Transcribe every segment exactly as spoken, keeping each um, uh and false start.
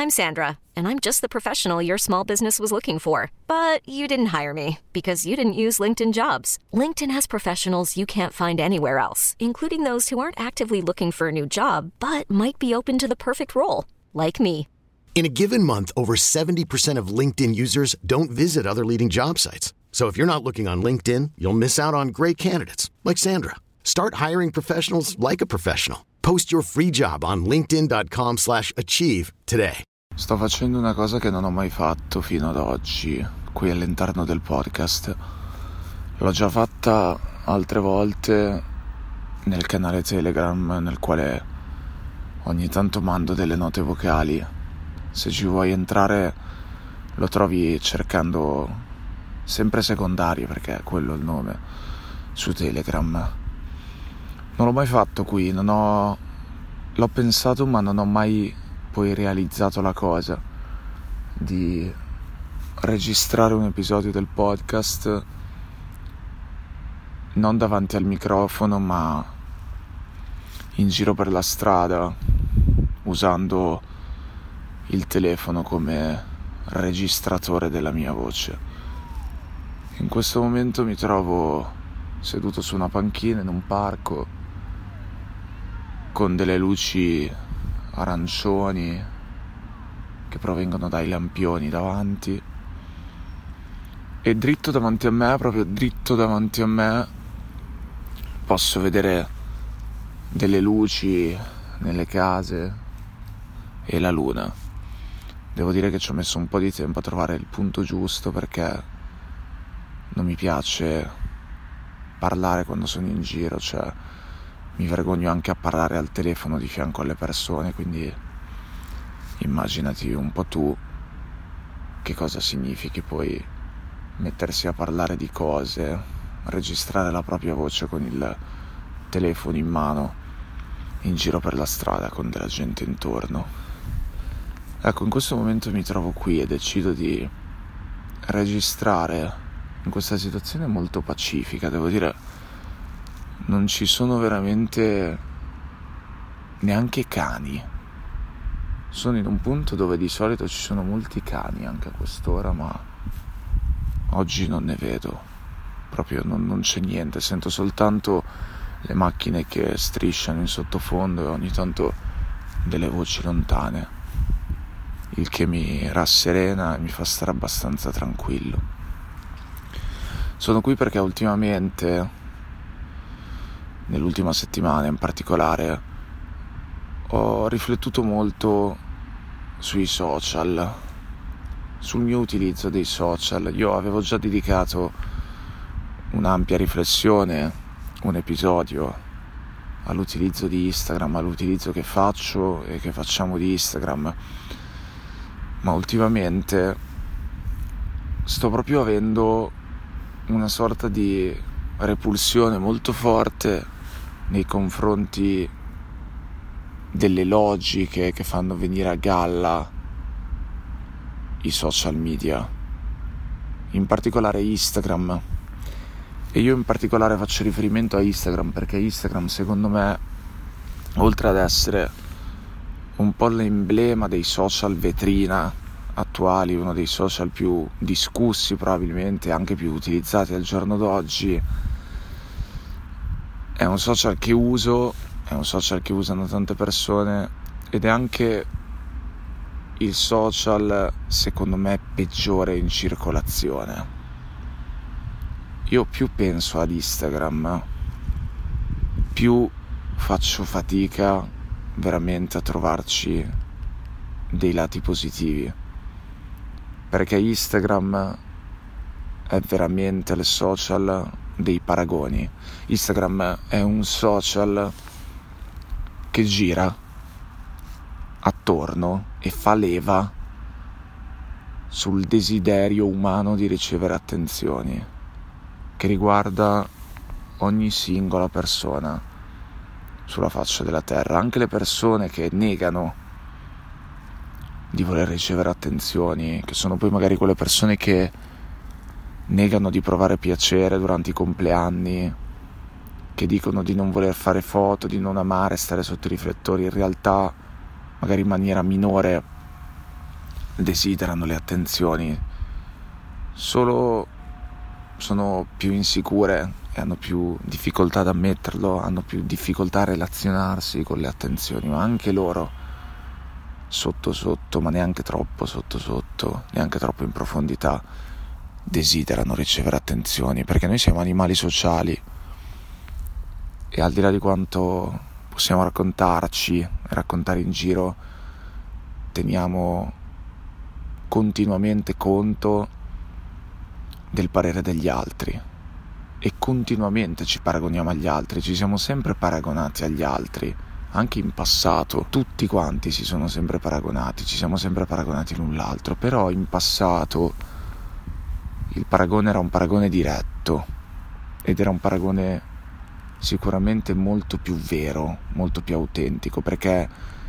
I'm Sandra, and I'm just the professional your small business was looking for. But you didn't hire me because you didn't use LinkedIn Jobs. LinkedIn has professionals you can't find anywhere else, including those who aren't actively looking for a new job, but might be open to the perfect role, like me. In a given month, over seventy percent of LinkedIn users don't visit other leading job sites. So if you're not looking on LinkedIn, you'll miss out on great candidates like Sandra. Start hiring professionals like a professional. Post your free job on linkedin.com slash achieve today. Sto facendo una cosa che non ho mai fatto fino ad oggi, qui all'interno del podcast. L'ho già fatta altre volte nel canale Telegram, nel quale ogni tanto mando delle note vocali. Se ci vuoi entrare lo trovi cercando sempre Secondarie, perché è quello il nome, su Telegram. Non l'ho mai fatto qui, non ho... l'ho pensato ma non ho mai poi realizzato la cosa di registrare un episodio del podcast non davanti al microfono ma in giro per la strada, usando il telefono come registratore della mia voce. In questo momento mi trovo seduto su una panchina in un parco con delle luci arancioni che provengono dai lampioni davanti, e dritto davanti a me, proprio dritto davanti a me, posso vedere delle luci nelle case e la luna. Devo dire che ci ho messo un po' di tempo a trovare il punto giusto, perché non mi piace parlare quando sono in giro, cioè mi vergogno anche a parlare al telefono di fianco alle persone, quindi immaginati un po' tu che cosa significhi poi mettersi a parlare di cose, registrare la propria voce con il telefono in mano in giro per la strada con della gente intorno. Ecco, in questo momento mi trovo qui e decido di registrare in questa situazione molto pacifica, devo dire. Non ci sono veramente neanche cani. Sono in un punto dove di solito ci sono molti cani anche a quest'ora, ma oggi non ne vedo. Proprio non, non c'è niente. Sento soltanto le macchine che strisciano in sottofondo e ogni tanto delle voci lontane, il che mi rasserena e mi fa stare abbastanza tranquillo. Sono qui perché ultimamente, nell'ultima settimana in particolare, ho riflettuto molto sui social, sul mio utilizzo dei social. Io avevo già dedicato un'ampia riflessione, un episodio, all'utilizzo di Instagram, all'utilizzo che faccio e che facciamo di Instagram, ma ultimamente sto proprio avendo una sorta di repulsione molto forte nei confronti delle logiche che fanno venire a galla i social media, in particolare Instagram. E io in particolare faccio riferimento a Instagram perché Instagram, secondo me, oltre ad essere un po' l'emblema dei social vetrina attuali, uno dei social più discussi probabilmente, anche più utilizzati al giorno d'oggi, è un social che uso, è un social che usano tante persone ed è anche il social, secondo me, peggiore in circolazione. Io più penso ad Instagram, più faccio fatica veramente a trovarci dei lati positivi, perché Instagram è veramente il social dei paragoni. Instagram è un social che gira attorno e fa leva sul desiderio umano di ricevere attenzioni, che riguarda ogni singola persona sulla faccia della terra, anche le persone che negano di voler ricevere attenzioni, che sono poi magari quelle persone che negano di provare piacere durante i compleanni, che dicono di non voler fare foto, di non amare stare sotto i riflettori. In realtà, magari in maniera minore, desiderano le attenzioni, solo sono più insicure e hanno più difficoltà ad ammetterlo, hanno più difficoltà a relazionarsi con le attenzioni, ma anche loro sotto sotto, ma neanche troppo sotto sotto, neanche troppo in profondità, desiderano ricevere attenzioni, perché noi siamo animali sociali e al di là di quanto possiamo raccontarci e raccontare in giro, teniamo continuamente conto del parere degli altri e continuamente ci paragoniamo agli altri, ci siamo sempre paragonati agli altri, anche in passato tutti quanti si sono sempre paragonati, ci siamo sempre paragonati l'un l'altro, però in passato il paragone era un paragone diretto ed era un paragone sicuramente molto più vero, molto più autentico, perché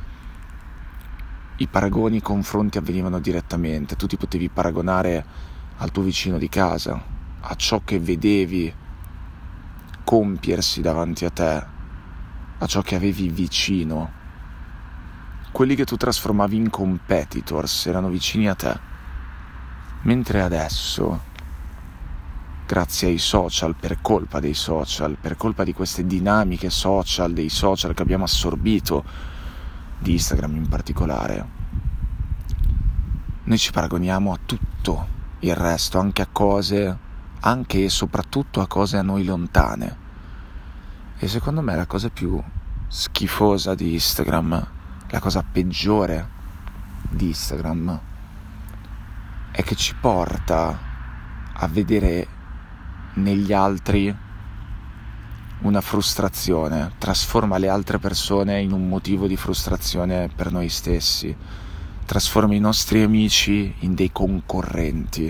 i paragoni, i confronti avvenivano direttamente, tu ti potevi paragonare al tuo vicino di casa, a ciò che vedevi compiersi davanti a te, a ciò che avevi vicino. Quelli che tu trasformavi in competitors erano vicini a te, mentre adesso, grazie ai social, per colpa dei social, per colpa di queste dinamiche social, dei social che abbiamo assorbito, di Instagram in particolare, noi ci paragoniamo a tutto il resto, anche a cose, anche e soprattutto a cose a noi lontane. E secondo me la cosa più schifosa di Instagram, la cosa peggiore di Instagram, è che ci porta a vedere negli altri una frustrazione, trasforma le altre persone in un motivo di frustrazione per noi stessi, trasforma i nostri amici in dei concorrenti,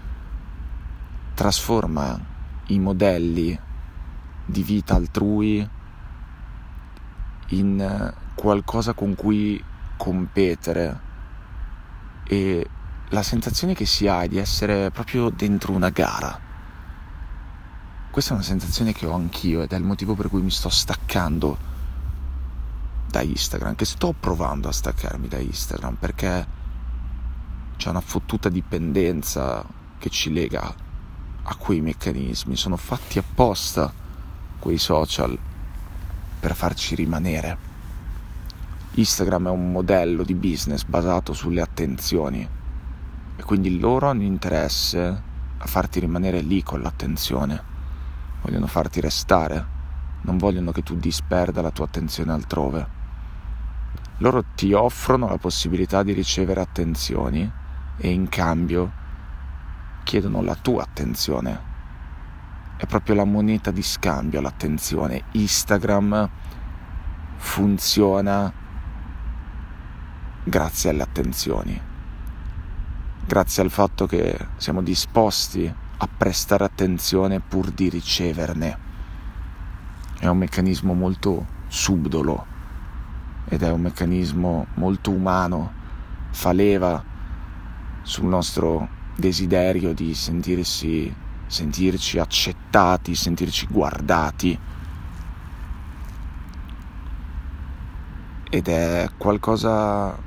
trasforma i modelli di vita altrui in qualcosa con cui competere, e la sensazione che si ha è di essere proprio dentro una gara. Questa è una sensazione che ho anch'io ed è il motivo per cui mi sto staccando da Instagram, che sto provando a staccarmi da Instagram, perché c'è una fottuta dipendenza che ci lega a quei meccanismi. Sono fatti apposta quei social per farci rimanere. Instagram è un modello di business basato sulle attenzioni e quindi loro hanno interesse a farti rimanere lì con l'attenzione. Vogliono farti restare, non vogliono che tu disperda la tua attenzione altrove. Loro ti offrono la possibilità di ricevere attenzioni e in cambio chiedono la tua attenzione. È proprio la moneta di scambio l'attenzione. Instagram funziona grazie alle attenzioni, grazie al fatto che siamo disposti a prestare attenzione pur di riceverne. È un meccanismo molto subdolo ed è un meccanismo molto umano, fa leva sul nostro desiderio di sentirsi, sentirci accettati, sentirci guardati, ed è qualcosa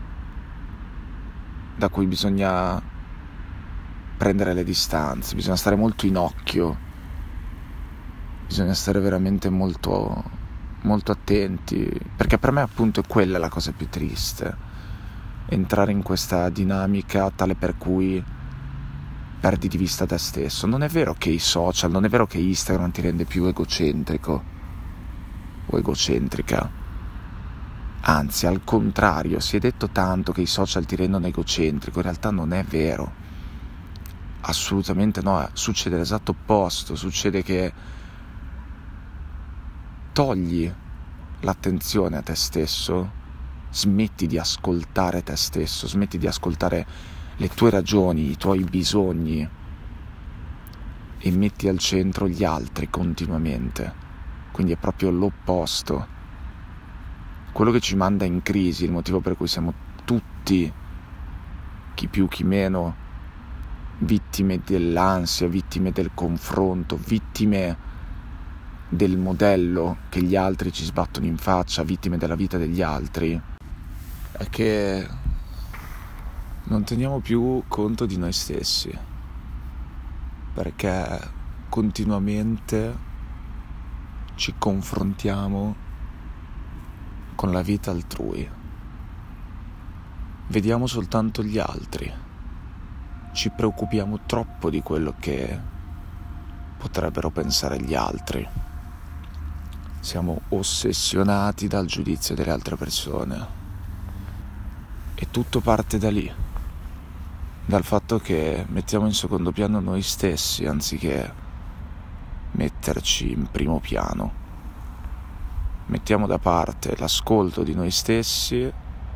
da cui bisogna prendere le distanze, bisogna stare molto in occhio, bisogna stare veramente molto molto attenti, perché per me appunto è quella la cosa più triste, entrare in questa dinamica tale per cui perdi di vista te stesso. Non è vero che i social, non è vero che Instagram ti rende più egocentrico o egocentrica, anzi al contrario, si è detto tanto che i social ti rendono egocentrico, in realtà non è vero. Assolutamente no, succede l'esatto opposto, succede che togli l'attenzione a te stesso, smetti di ascoltare te stesso, smetti di ascoltare le tue ragioni, i tuoi bisogni e metti al centro gli altri continuamente. Quindi è proprio l'opposto. Quello che ci manda in crisi, il motivo per cui siamo tutti, chi più chi meno, vittime dell'ansia, vittime del confronto, vittime del modello che gli altri ci sbattono in faccia, vittime della vita degli altri, è che non teniamo più conto di noi stessi, perché continuamente ci confrontiamo con la vita altrui. Vediamo soltanto gli altri, ci preoccupiamo troppo di quello che potrebbero pensare gli altri. Siamo ossessionati dal giudizio delle altre persone e tutto parte da lì, dal fatto che mettiamo in secondo piano noi stessi anziché metterci in primo piano. Mettiamo da parte l'ascolto di noi stessi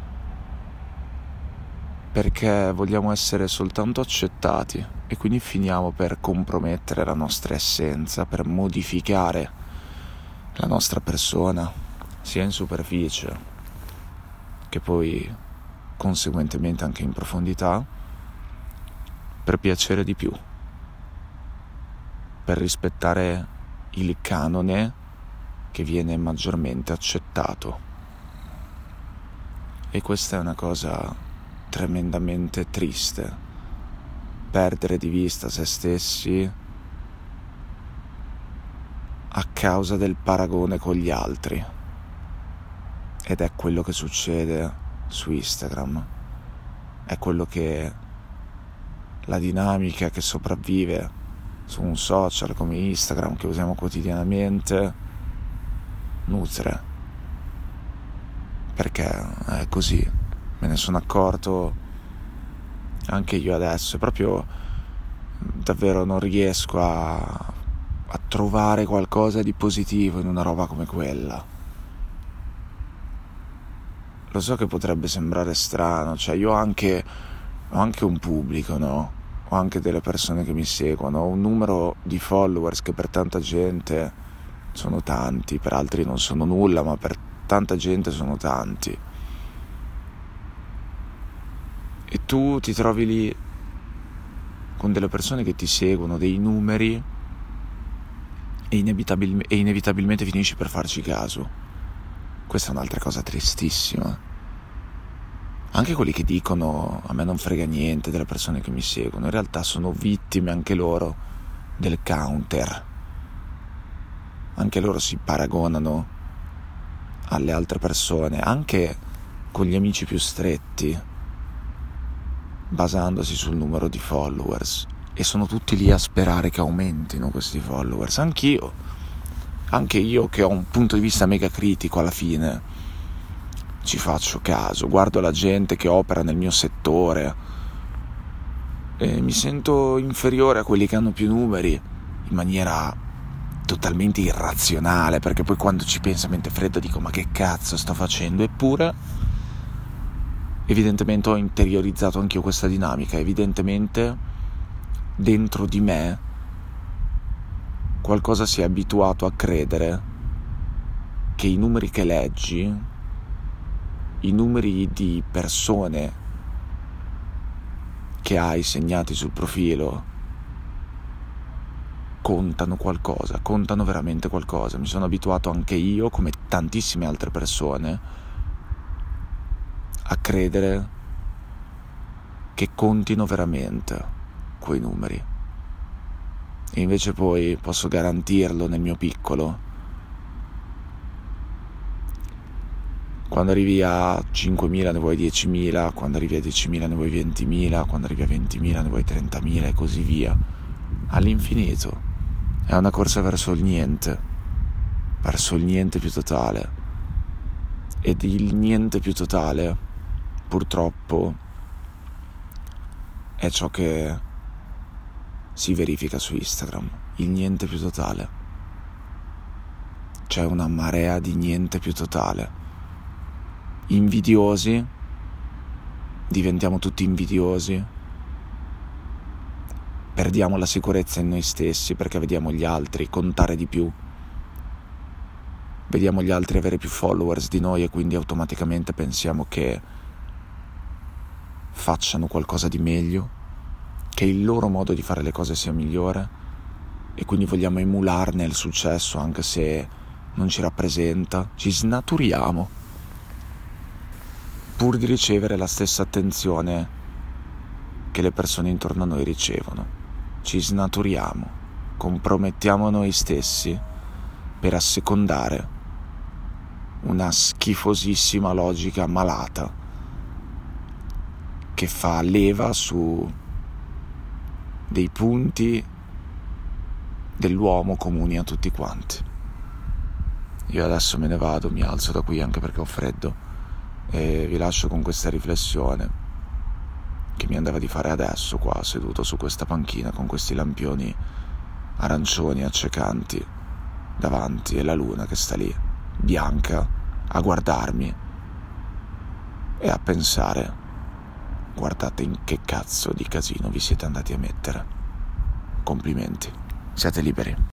perché vogliamo essere soltanto accettati e quindi finiamo per compromettere la nostra essenza, per modificare la nostra persona, sia in superficie che poi conseguentemente anche in profondità, per piacere di più, per rispettare il canone che viene maggiormente accettato. E questa è una cosa tremendamente triste, perdere di vista se stessi a causa del paragone con gli altri. Ed è quello che succede su Instagram, è quello che la dinamica che sopravvive su un social come Instagram che usiamo quotidianamente nutre, perché è così. Me ne sono accorto anche io adesso, proprio davvero non riesco a, a trovare qualcosa di positivo in una roba come quella. Lo so che potrebbe sembrare strano, cioè io ho anche, ho anche un pubblico, no? Ho anche delle persone che mi seguono, ho un numero di followers che per tanta gente sono tanti, per altri non sono nulla, ma per tanta gente sono tanti. E tu ti trovi lì con delle persone che ti seguono, dei numeri, e, inevitabil- e inevitabilmente finisci per farci caso. Questa è un'altra cosa tristissima. Anche quelli che dicono a me non frega niente delle persone che mi seguono, in realtà sono vittime anche loro del counter. Anche loro si paragonano alle altre persone, anche con gli amici più stretti, basandosi sul numero di followers, e sono tutti lì a sperare che aumentino questi followers. Anch'io, anche io che ho un punto di vista mega critico alla fine, ci faccio caso, guardo la gente che opera nel mio settore e mi sento inferiore a quelli che hanno più numeri in maniera totalmente irrazionale, perché poi quando ci penso a mente fredda dico ma che cazzo sto facendo? Eppure evidentemente ho interiorizzato anch'io questa dinamica, evidentemente dentro di me qualcosa si è abituato a credere che i numeri che leggi, i numeri di persone che hai segnati sul profilo contano qualcosa, contano veramente qualcosa. Mi sono abituato anche io, come tantissime altre persone, a credere che contino veramente quei numeri. E invece poi posso garantirlo nel mio piccolo. Quando arrivi a cinquemila ne vuoi diecimila, quando arrivi a diecimila ne vuoi ventimila, quando arrivi a ventimila ne vuoi trentamila e così via, all'infinito. È una corsa verso il niente, verso il niente più totale. Ed il niente più totale, purtroppo, è ciò che si verifica su Instagram, il niente più totale. C'è una marea di niente più totale. Invidiosi, diventiamo tutti invidiosi, perdiamo la sicurezza in noi stessi perché vediamo gli altri contare di più, vediamo gli altri avere più followers di noi e quindi automaticamente pensiamo che facciano qualcosa di meglio, che il loro modo di fare le cose sia migliore e quindi vogliamo emularne il successo anche se non ci rappresenta, ci snaturiamo pur di ricevere la stessa attenzione che le persone intorno a noi ricevono. Ci snaturiamo, compromettiamo noi stessi per assecondare una schifosissima logica malata che fa leva su dei punti dell'uomo comuni a tutti quanti. Io adesso me ne vado, mi alzo da qui anche perché ho freddo e vi lascio con questa riflessione che mi andava di fare adesso qua seduto su questa panchina con questi lampioni arancioni accecanti davanti e la luna che sta lì bianca a guardarmi e a pensare: guardate in che cazzo di casino vi siete andati a mettere. Complimenti, siete liberi.